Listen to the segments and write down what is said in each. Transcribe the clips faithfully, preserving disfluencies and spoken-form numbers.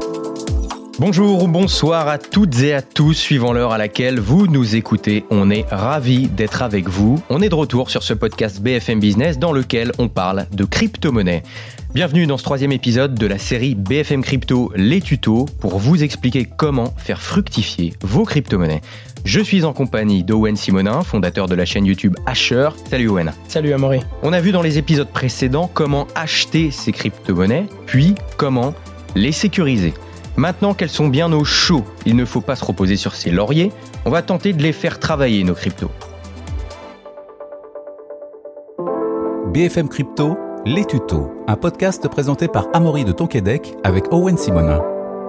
Bonjour ou bonsoir à toutes et à tous, suivant l'heure à laquelle vous nous écoutez. On est ravis d'être avec vous. On est de retour sur ce podcast B F M Business dans lequel on parle de crypto-monnaie. Bienvenue dans ce troisième épisode de la série B F M Crypto, les tutos, pour vous expliquer comment faire fructifier vos crypto-monnaies. Je suis en compagnie d'Owen Simonin, fondateur de la chaîne YouTube Hasher. Salut Owen. Salut Amaury. On a vu dans les épisodes précédents comment acheter ces crypto-monnaies, puis comment les sécuriser. Maintenant qu'elles sont bien au chaud, il ne faut pas se reposer sur ses lauriers, on va tenter de les faire travailler nos cryptos. B F M Crypto, les tutos, un podcast présenté par Amaury de Tonquédec avec Owen Simonin.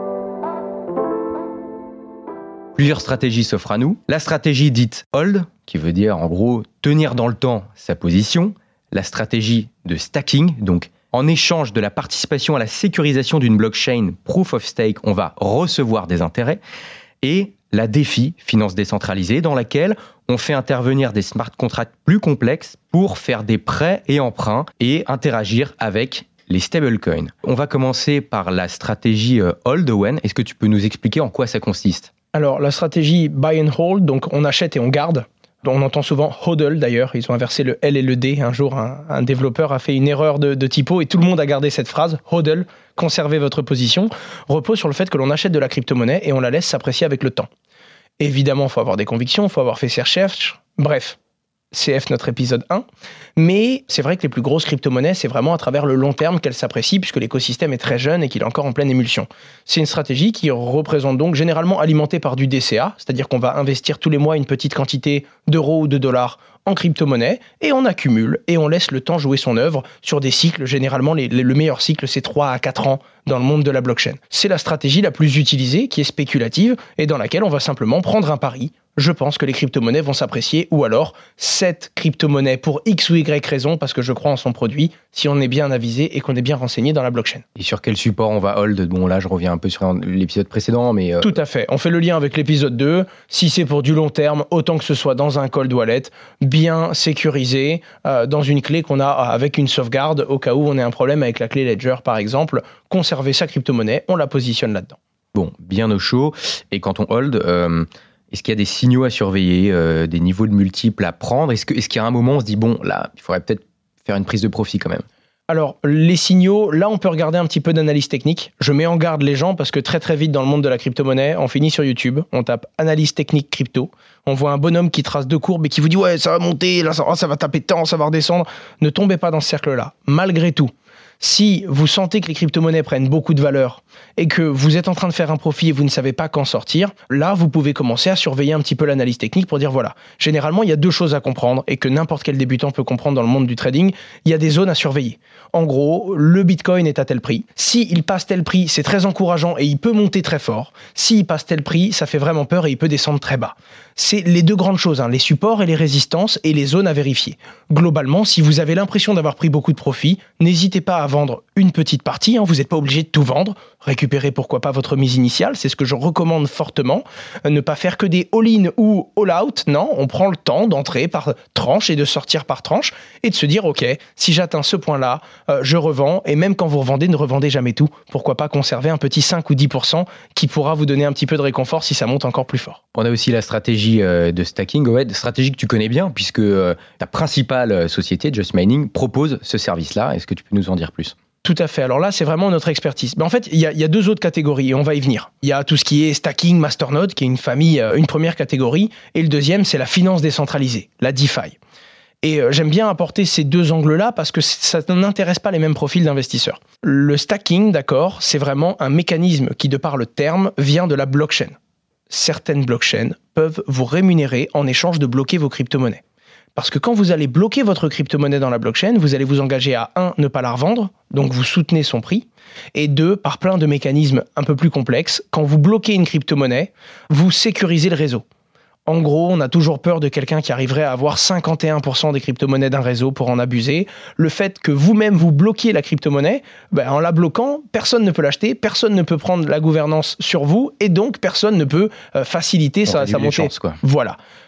Plusieurs stratégies s'offrent à nous. La stratégie dite hold, qui veut dire en gros tenir dans le temps sa position. La stratégie de stacking, donc en échange de la participation à la sécurisation d'une blockchain Proof of Stake, on va recevoir des intérêts. Et la DeFi, finance décentralisée, dans laquelle on fait intervenir des smart contracts plus complexes pour faire des prêts et emprunts et interagir avec les stablecoins. On va commencer par la stratégie hold, Owen. Est-ce que tu peux nous expliquer en quoi ça consiste ? Alors, la stratégie buy and hold, donc on achète et on garde. On entend souvent hodl d'ailleurs, ils ont inversé le L et le D. Un jour, un, un développeur a fait une erreur de, de typo et tout le monde a gardé cette phrase. Hodl, conservez votre position, repose sur le fait que l'on achète de la crypto-monnaie et on la laisse s'apprécier avec le temps. Évidemment, il faut avoir des convictions, il faut avoir fait ses recherches. Bref, C F notre épisode un. Mais c'est vrai que les plus grosses crypto-monnaies, c'est vraiment à travers le long terme qu'elles s'apprécient puisque l'écosystème est très jeune et qu'il est encore en pleine émulsion. C'est une stratégie qui représente donc généralement alimentée par du D C A, c'est-à-dire qu'on va investir tous les mois une petite quantité d'euros ou de dollars en crypto-monnaie et on accumule et on laisse le temps jouer son œuvre sur des cycles. Généralement, les, les, le meilleur cycle, c'est trois à quatre ans dans le monde de la blockchain. C'est la stratégie la plus utilisée, qui est spéculative et dans laquelle on va simplement prendre un pari. Je pense que les crypto-monnaies vont s'apprécier ou alors cette crypto-monnaie pour X ou Y raison parce que je crois en son produit si on est bien avisé et qu'on est bien renseigné dans la blockchain. Et sur quel support on va hold ? Bon, là, je reviens un peu sur l'épisode précédent, mais... Euh... Tout à fait. On fait le lien avec l'épisode deux. Si c'est pour du long terme, autant que ce soit dans un cold wallet, bien sécurisé, euh, dans une clé qu'on a avec une sauvegarde au cas où on ait un problème avec la clé Ledger, par exemple. Conserver sa crypto-monnaie, on la positionne là-dedans. Bon, bien au chaud. Et quand on hold... Euh... Est-ce qu'il y a des signaux à surveiller, euh, des niveaux de multiples à prendre ? Est-ce que, est-ce qu'il y a un moment où on se dit, bon, là, il faudrait peut-être faire une prise de profit quand même ? Alors, les signaux, là, on peut regarder un petit peu d'analyse technique. Je mets en garde les gens parce que très, très vite, dans le monde de la crypto-monnaie, on finit sur YouTube, on tape analyse technique crypto. On voit un bonhomme qui trace deux courbes et qui vous dit, ouais, ça va monter, là, ça, oh, ça va taper tant, ça va redescendre. Ne tombez pas dans ce cercle-là. Malgré tout, si vous sentez que les crypto-monnaies prennent beaucoup de valeur et que vous êtes en train de faire un profit et vous ne savez pas qu'en sortir, là, vous pouvez commencer à surveiller un petit peu l'analyse technique pour dire, voilà, généralement, il y a deux choses à comprendre et que n'importe quel débutant peut comprendre dans le monde du trading. Il y a des zones à surveiller. En gros, le Bitcoin est à tel prix. S'il passe tel prix, c'est très encourageant et il peut monter très fort. S'il passe tel prix, ça fait vraiment peur et il peut descendre très bas. C'est les deux grandes choses, hein, les supports et les résistances et les zones à vérifier. Globalement, si vous avez l'impression d'avoir pris beaucoup de profit, n'hésitez pas à vendre une petite partie, hein, vous n'êtes pas obligé de tout vendre, récupérez pourquoi pas votre mise initiale, c'est ce que je recommande fortement, euh, ne pas faire que des all-in ou all-out, non, on prend le temps d'entrer par tranche et de sortir par tranche et de se dire, ok, si j'atteins ce point-là, euh, je revends, et même quand vous revendez, ne revendez jamais tout, pourquoi pas conserver un petit cinq ou dix pour cent qui pourra vous donner un petit peu de réconfort si ça monte encore plus fort. On a aussi la stratégie euh, de stacking, ouais, stratégie que tu connais bien, puisque euh, ta principale société, Just Mining, propose ce service-là. Est-ce que tu peux nous en dire plus ? Tout à fait. Alors là, c'est vraiment notre expertise. Mais en fait, il y, y a deux autres catégories et on va y venir. Il y a tout ce qui est stacking, masternode, qui est une famille, une première catégorie. Et le deuxième, c'est la finance décentralisée, la DeFi. Et euh, j'aime bien apporter ces deux angles-là parce que ça n'intéresse pas les mêmes profils d'investisseurs. Le stacking, d'accord, c'est vraiment un mécanisme qui, de par le terme, vient de la blockchain. Certaines blockchains peuvent vous rémunérer en échange de bloquer vos crypto-monnaies. Parce que quand vous allez bloquer votre crypto-monnaie dans la blockchain, vous allez vous engager à un, ne pas la revendre, donc vous soutenez son prix, et deux, par plein de mécanismes un peu plus complexes, quand vous bloquez une crypto-monnaie, vous sécurisez le réseau. En gros, on a toujours peur de quelqu'un qui arriverait à avoir cinquante et un pour cent des crypto-monnaies d'un réseau pour en abuser. Le fait que vous-même vous bloquiez la crypto-monnaie, ben en la bloquant, personne ne peut l'acheter, personne ne peut prendre la gouvernance sur vous, et donc personne ne peut euh, faciliter sa, sa montée. Chances, quoi. Voilà.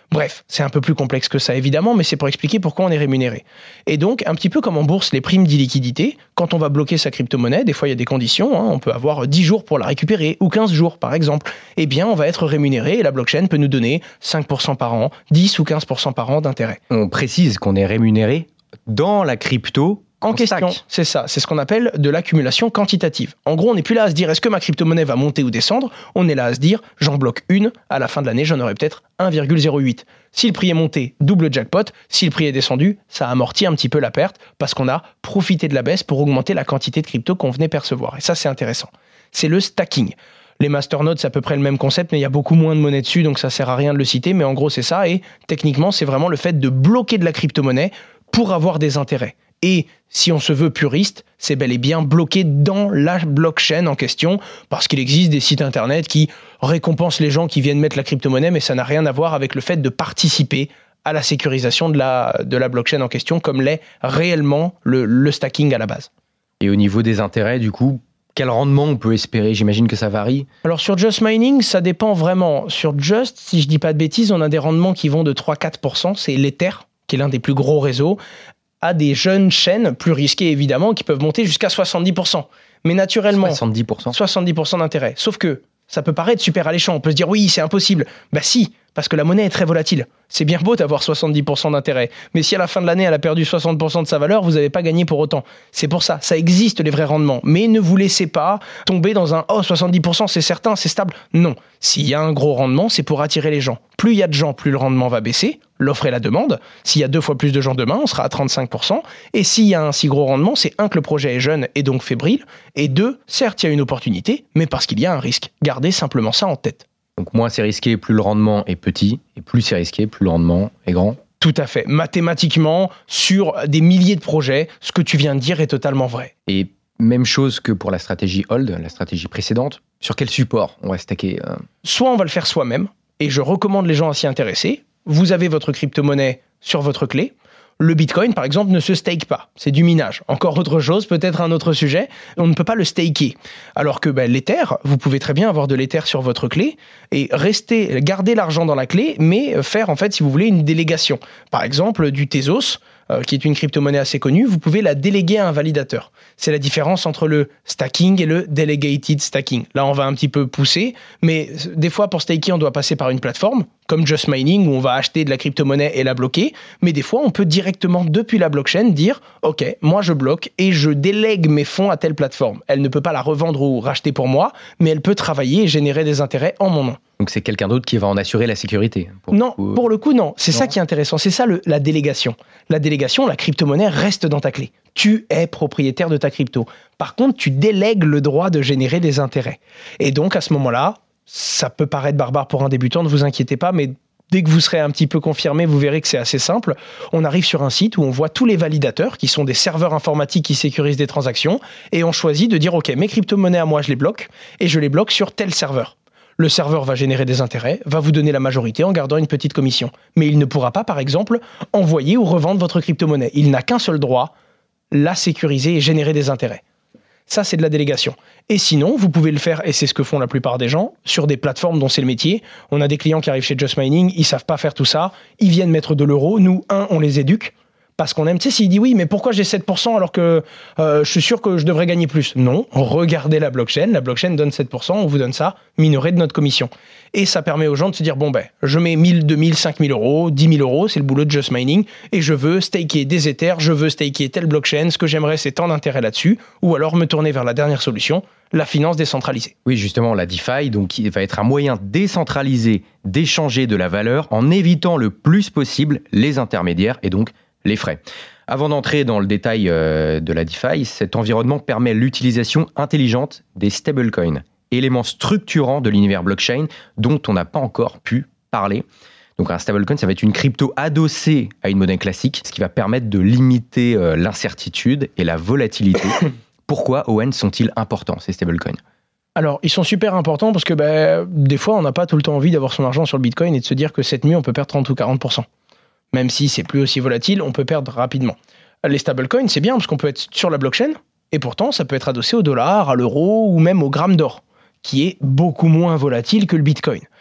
Bref, c'est un peu plus complexe que ça évidemment, mais c'est pour expliquer pourquoi on est rémunéré. Et donc, un petit peu comme en bourse, les primes d'illiquidité, quand on va bloquer sa crypto-monnaie, des fois il y a des conditions, hein, on peut avoir dix jours pour la récupérer, ou quinze jours par exemple, eh bien on va être rémunéré et la blockchain peut nous donner cinq pour cent par an, dix ou quinze pour cent par an d'intérêt. On précise qu'on est rémunéré dans la crypto En question, stack. c'est ça, c'est ce qu'on appelle de l'accumulation quantitative. En gros, on n'est plus là à se dire est-ce que ma crypto-monnaie va monter ou descendre, on est là à se dire j'en bloque une, à la fin de l'année j'en aurai peut-être un virgule zéro huit. Si le prix est monté, double jackpot, si le prix est descendu, ça amortit un petit peu la perte parce qu'on a profité de la baisse pour augmenter la quantité de crypto qu'on venait percevoir. Et ça c'est intéressant. C'est le stacking. Les masternodes, c'est à peu près le même concept, mais il y a beaucoup moins de monnaie dessus, donc ça sert à rien de le citer, mais en gros c'est ça, et techniquement c'est vraiment le fait de bloquer de la crypto-monnaie pour avoir des intérêts. Et si on se veut puriste, c'est bel et bien bloqué dans la blockchain en question, parce qu'il existe des sites internet qui récompensent les gens qui viennent mettre la crypto-monnaie, mais ça n'a rien à voir avec le fait de participer à la sécurisation de la, de la blockchain en question, comme l'est réellement le, le stacking à la base. Et au niveau des intérêts, du coup, quel rendement on peut espérer? J'imagine que ça varie. Alors sur Just Mining, ça dépend vraiment. Sur Just, si je dis pas de bêtises, on a des rendements qui vont de trois à quatre pour cent, c'est l'Ether, qui est l'un des plus gros réseaux, à des jeunes chaînes, plus risquées évidemment, qui peuvent monter jusqu'à soixante-dix pour cent. Mais naturellement, soixante-dix pour cent. soixante-dix pour cent d'intérêt. Sauf que ça peut paraître super alléchant. On peut se dire oui, c'est impossible. Bah si, parce que la monnaie est très volatile. C'est bien beau d'avoir soixante-dix pour cent d'intérêt. Mais si à la fin de l'année, elle a perdu soixante pour cent de sa valeur, vous n'avez pas gagné pour autant. C'est pour ça, ça existe les vrais rendements. Mais ne vous laissez pas tomber dans un « oh, soixante-dix pour cent, c'est certain, c'est stable ». Non, s'il y a un gros rendement, c'est pour attirer les gens. Plus il y a de gens, plus le rendement va baisser, l'offre et la demande. S'il y a deux fois plus de gens demain, on sera à trente-cinq pour cent. Et s'il y a un si gros rendement, c'est un, que le projet est jeune et donc fébrile. Et deux, certes, il y a une opportunité, mais parce qu'il y a un risque. Gardez simplement ça en tête. Donc moins c'est risqué, plus le rendement est petit, et plus c'est risqué, plus le rendement est grand. Tout à fait. Mathématiquement, sur des milliers de projets, ce que tu viens de dire est totalement vrai. Et même chose que pour la stratégie hold, la stratégie précédente. Sur quel support on va stacker euh... Soit on va le faire soi-même, et je recommande les gens à s'y intéresser. Vous avez votre crypto-monnaie sur votre clé. Le Bitcoin, par exemple, ne se stake pas. C'est du minage. Encore autre chose, peut-être un autre sujet. On ne peut pas le staker. Alors que ben, l'Ether, vous pouvez très bien avoir de l'Ether sur votre clé et rester, garder l'argent dans la clé, mais faire, en fait, si vous voulez, une délégation. Par exemple, du Tezos, euh, qui est une crypto-monnaie assez connue, vous pouvez la déléguer à un validateur. C'est la différence entre le stacking et le delegated stacking. Là, on va un petit peu pousser, mais des fois, pour staker, on doit passer par une plateforme, comme Just Mining, où on va acheter de la crypto-monnaie et la bloquer. Mais des fois, on peut directement, depuis la blockchain, dire « Ok, moi, je bloque et je délègue mes fonds à telle plateforme. Elle ne peut pas la revendre ou racheter pour moi, mais elle peut travailler et générer des intérêts en mon nom. » Donc c'est quelqu'un d'autre qui va en assurer la sécurité. Pour non, le coup, pour le coup, non. C'est non. ça qui est intéressant. C'est ça le, la délégation. La délégation, la crypto-monnaie reste dans ta clé. Tu es propriétaire de ta crypto. Par contre, tu délègues le droit de générer des intérêts. Et donc, à ce moment-là, ça peut paraître barbare pour un débutant, ne vous inquiétez pas, mais dès que vous serez un petit peu confirmé, vous verrez que c'est assez simple. On arrive sur un site où on voit tous les validateurs, qui sont des serveurs informatiques qui sécurisent des transactions, et on choisit de dire, OK, mes crypto-monnaies à moi, je les bloque, et je les bloque sur tel serveur. Le serveur va générer des intérêts, va vous donner la majorité en gardant une petite commission. Mais il ne pourra pas, par exemple, envoyer ou revendre votre crypto-monnaie. Il n'a qu'un seul droit, la sécuriser et générer des intérêts. Ça, c'est de la délégation. Et sinon, vous pouvez le faire, et c'est ce que font la plupart des gens, sur des plateformes dont c'est le métier. On a des clients qui arrivent chez Just Mining, ils savent pas faire tout ça, ils viennent mettre de l'euro. Nous, un, on les éduque, parce qu'on aime. Tu sais, s'il dit oui, mais pourquoi j'ai sept pour cent alors que euh, je suis sûr que je devrais gagner plus? Non, regardez la blockchain, la blockchain donne sept pour cent, on vous donne ça, minoré de notre commission. Et ça permet aux gens de se dire, bon ben, je mets mille, deux mille, cinq mille euros, dix mille euros, c'est le boulot de Just Mining, et je veux staker des Ethers, je veux staker telle blockchain, ce que j'aimerais c'est tant d'intérêt là-dessus, ou alors me tourner vers la dernière solution, la finance décentralisée. Oui, justement, la DeFi, donc, qui va être un moyen décentralisé d'échanger de la valeur en évitant le plus possible les intermédiaires et donc les frais. Avant d'entrer dans le détail euh, de la DeFi, cet environnement permet l'utilisation intelligente des stablecoins, éléments structurants de l'univers blockchain dont on n'a pas encore pu parler. Donc un stablecoin, ça va être une crypto adossée à une monnaie classique, ce qui va permettre de limiter euh, l'incertitude et la volatilité. Pourquoi, Owen, sont-ils importants, ces stablecoins ? Alors, ils sont super importants parce que bah, des fois, on n'a pas tout le temps envie d'avoir son argent sur le Bitcoin et de se dire que cette nuit, on peut perdre trente ou quarante pour cent. Même si c'est plus aussi volatile, on peut perdre rapidement. Les stablecoins, c'est bien parce qu'on peut être sur la blockchain, et pourtant, ça peut être adossé au dollar, à l'euro ou même au gramme d'or, qui est beaucoup moins volatile que le Bitcoin.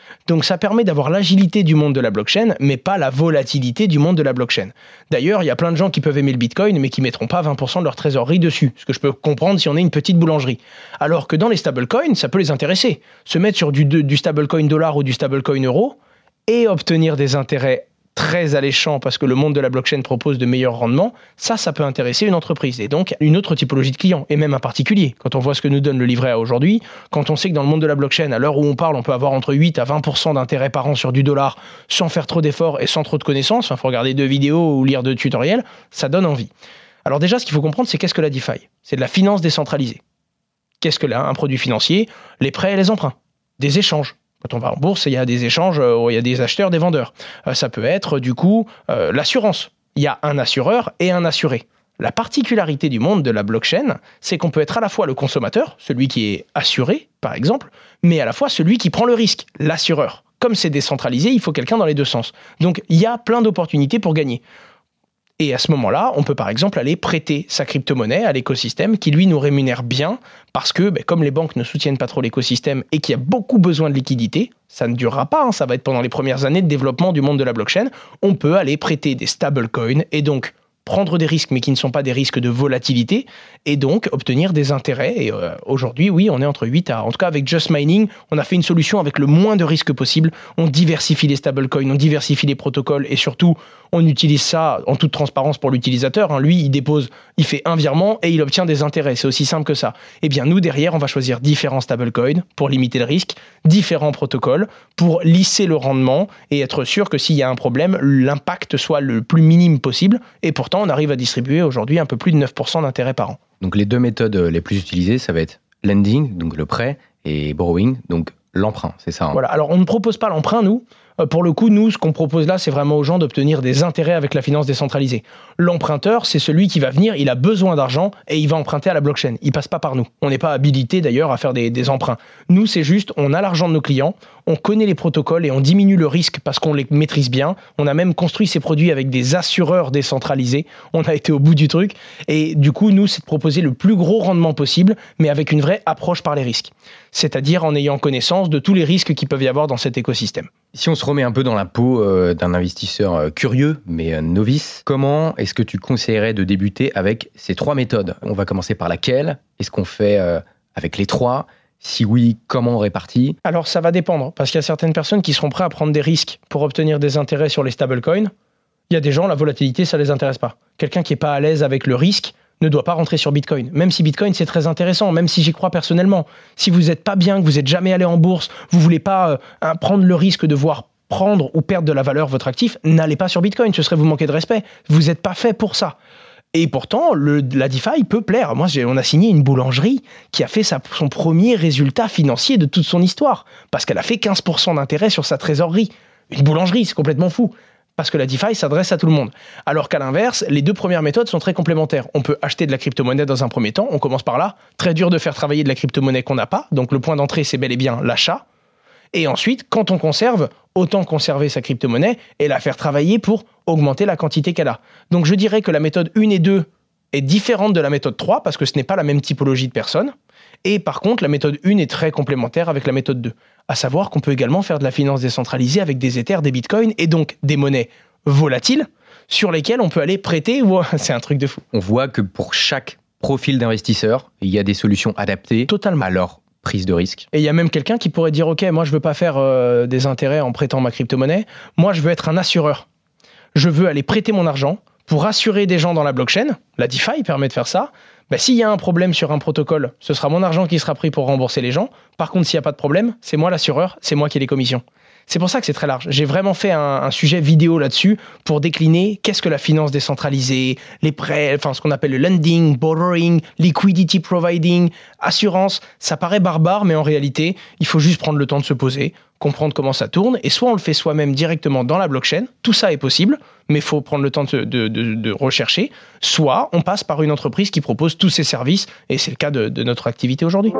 Donc ça permet d'avoir l'agilité du monde de la blockchain, mais pas la volatilité du monde de la blockchain. D'ailleurs, il y a plein de gens qui peuvent aimer le Bitcoin, mais qui mettront pas vingt pour cent de leur trésorerie dessus, ce que je peux comprendre si on est une petite boulangerie. Alors que dans les stablecoins, ça peut les intéresser. Se mettre sur du, du stablecoin dollar ou du stablecoin euro et obtenir des intérêts très alléchant parce que le monde de la blockchain propose de meilleurs rendements, ça, ça peut intéresser une entreprise et donc une autre typologie de clients et même un particulier. Quand on voit ce que nous donne le livret A aujourd'hui, quand on sait que dans le monde de la blockchain, à l'heure où on parle, on peut avoir entre huit à vingt pour cent d'intérêt par an sur du dollar sans faire trop d'efforts et sans trop de connaissances, il faut regarder deux vidéos ou lire deux tutoriels, ça donne envie. Alors déjà, ce qu'il faut comprendre, c'est qu'est-ce que la DeFi ? C'est de la finance décentralisée. Qu'est-ce que là ? Un produit financier, les prêts et les emprunts, des échanges. Quand on va en bourse, il y a des échanges, il y a des acheteurs, des vendeurs. Ça peut être, du coup, euh, l'assurance. Il y a un assureur et un assuré. La particularité du monde de la blockchain, c'est qu'on peut être à la fois le consommateur, celui qui est assuré, par exemple, mais à la fois celui qui prend le risque, l'assureur. Comme c'est décentralisé, il faut quelqu'un dans les deux sens. Donc, il y a plein d'opportunités pour gagner. Et à ce moment-là, on peut par exemple aller prêter sa crypto-monnaie à l'écosystème qui, lui, nous rémunère bien parce que, ben, comme les banques ne soutiennent pas trop l'écosystème et qu'il y a beaucoup besoin de liquidité, ça ne durera pas, hein, ça va être pendant les premières années de développement du monde de la blockchain, on peut aller prêter des stablecoins et donc prendre des risques, mais qui ne sont pas des risques de volatilité, et donc obtenir des intérêts. Et euh, aujourd'hui, oui, on est entre huit à... En tout cas, avec Just Mining, on a fait une solution avec le moins de risques possible. On diversifie les stablecoins, on diversifie les protocoles, et surtout, on utilise ça en toute transparence pour l'utilisateur. Hein. Lui, il dépose, il fait un virement, et il obtient des intérêts. C'est aussi simple que ça. Eh bien, nous, derrière, on va choisir différents stablecoins pour limiter le risque, différents protocoles pour lisser le rendement, et être sûr que s'il y a un problème, l'impact soit le plus minime possible. Et pourtant, on arrive à distribuer aujourd'hui un peu plus de neuf pour cent d'intérêt par an. Donc les deux méthodes les plus utilisées, ça va être lending, donc le prêt, et borrowing, donc l'emprunt, c'est ça hein. Voilà, alors on ne propose pas l'emprunt, nous. Pour le coup, nous, ce qu'on propose là, c'est vraiment aux gens d'obtenir des intérêts avec la finance décentralisée. L'emprunteur, c'est celui qui va venir, il a besoin d'argent et il va emprunter à la blockchain. Il passe pas par nous. On n'est pas habilité d'ailleurs à faire des, des emprunts. Nous, c'est juste, on a l'argent de nos clients, on connaît les protocoles et on diminue le risque parce qu'on les maîtrise bien. On a même construit ces produits avec des assureurs décentralisés. On a été au bout du truc. Et du coup, nous, c'est de proposer le plus gros rendement possible, mais avec une vraie approche par les risques. C'est-à-dire en ayant connaissance de tous les risques qu'il peut y avoir dans cet écosystème. Si on se remet un peu dans la peau euh, d'un investisseur euh, curieux, mais euh, novice, comment est-ce que tu conseillerais de débuter avec ces trois méthodes ? On va commencer par laquelle ? Est-ce qu'on fait euh, avec les trois ? Si oui, comment on répartit ? Alors ça va dépendre, parce qu'il y a certaines personnes qui seront prêtes à prendre des risques pour obtenir des intérêts sur les stablecoins. Il y a des gens, la volatilité, ça ne les intéresse pas. Quelqu'un qui n'est pas à l'aise avec le risque ne doit pas rentrer sur Bitcoin. Même si Bitcoin, c'est très intéressant, même si j'y crois personnellement. Si vous n'êtes pas bien, que vous n'êtes jamais allé en bourse, vous ne voulez pas euh, prendre le risque de voir prendre ou perdre de la valeur votre actif, n'allez pas sur Bitcoin, ce serait vous manquer de respect. Vous n'êtes pas fait pour ça. Et pourtant, le, la DeFi peut plaire. Moi, j'ai, on a signé une boulangerie qui a fait sa, son premier résultat financier de toute son histoire, parce qu'elle a fait quinze pour cent d'intérêt sur sa trésorerie. Une boulangerie, c'est complètement fou. Parce que la DeFi s'adresse à tout le monde. Alors qu'à l'inverse, les deux premières méthodes sont très complémentaires. On peut acheter de la crypto-monnaie dans un premier temps, on commence par là. Très dur de faire travailler de la crypto-monnaie qu'on n'a pas, donc le point d'entrée, c'est bel et bien l'achat. Et ensuite, quand on conserve, autant conserver sa crypto-monnaie et la faire travailler pour augmenter la quantité qu'elle a. Donc je dirais que la méthode un et deux est différente de la méthode trois, parce que ce n'est pas la même typologie de personnes. Et par contre, la méthode un est très complémentaire avec la méthode deux. À savoir qu'on peut également faire de la finance décentralisée avec des Ethers, des Bitcoins et donc des monnaies volatiles sur lesquelles on peut aller prêter. C'est un truc de fou. On voit que pour chaque profil d'investisseur, il y a des solutions adaptées Totalement. à leur prise de risque. Et il y a même quelqu'un qui pourrait dire « Ok, moi je veux pas faire euh, des intérêts en prêtant ma crypto-monnaie. Moi je veux être un assureur. Je veux aller prêter mon argent pour assurer des gens dans la blockchain. La DeFi permet de faire ça. Ben, s'il y a un problème sur un protocole, ce sera mon argent qui sera pris pour rembourser les gens. Par contre, s'il n'y a pas de problème, c'est moi l'assureur, c'est moi qui ai les commissions. » C'est pour ça que c'est très large. J'ai vraiment fait un, un sujet vidéo là-dessus pour décliner qu'est-ce que la finance décentralisée, les prêts, enfin ce qu'on appelle le lending, borrowing, liquidity providing, assurance. Ça paraît barbare, mais en réalité, il faut juste prendre le temps de se poser, comprendre comment ça tourne, et soit on le fait soi-même directement dans la blockchain, tout ça est possible, mais il faut prendre le temps de, de, de, de rechercher, soit on passe par une entreprise qui propose tous ces services, et c'est le cas de, de notre activité aujourd'hui.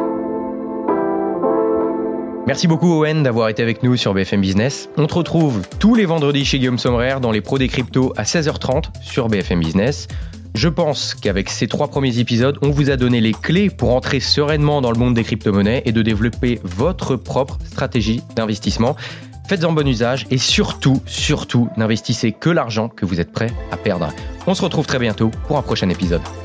Merci beaucoup Owen d'avoir été avec nous sur B F M Business. On te retrouve tous les vendredis chez Guillaume Sommerer dans les pros des cryptos à seize heures trente sur B F M Business. Je pense qu'avec ces trois premiers épisodes, on vous a donné les clés pour entrer sereinement dans le monde des crypto-monnaies et de développer votre propre stratégie d'investissement. Faites-en bon usage et surtout, surtout, n'investissez que l'argent que vous êtes prêt à perdre. On se retrouve très bientôt pour un prochain épisode.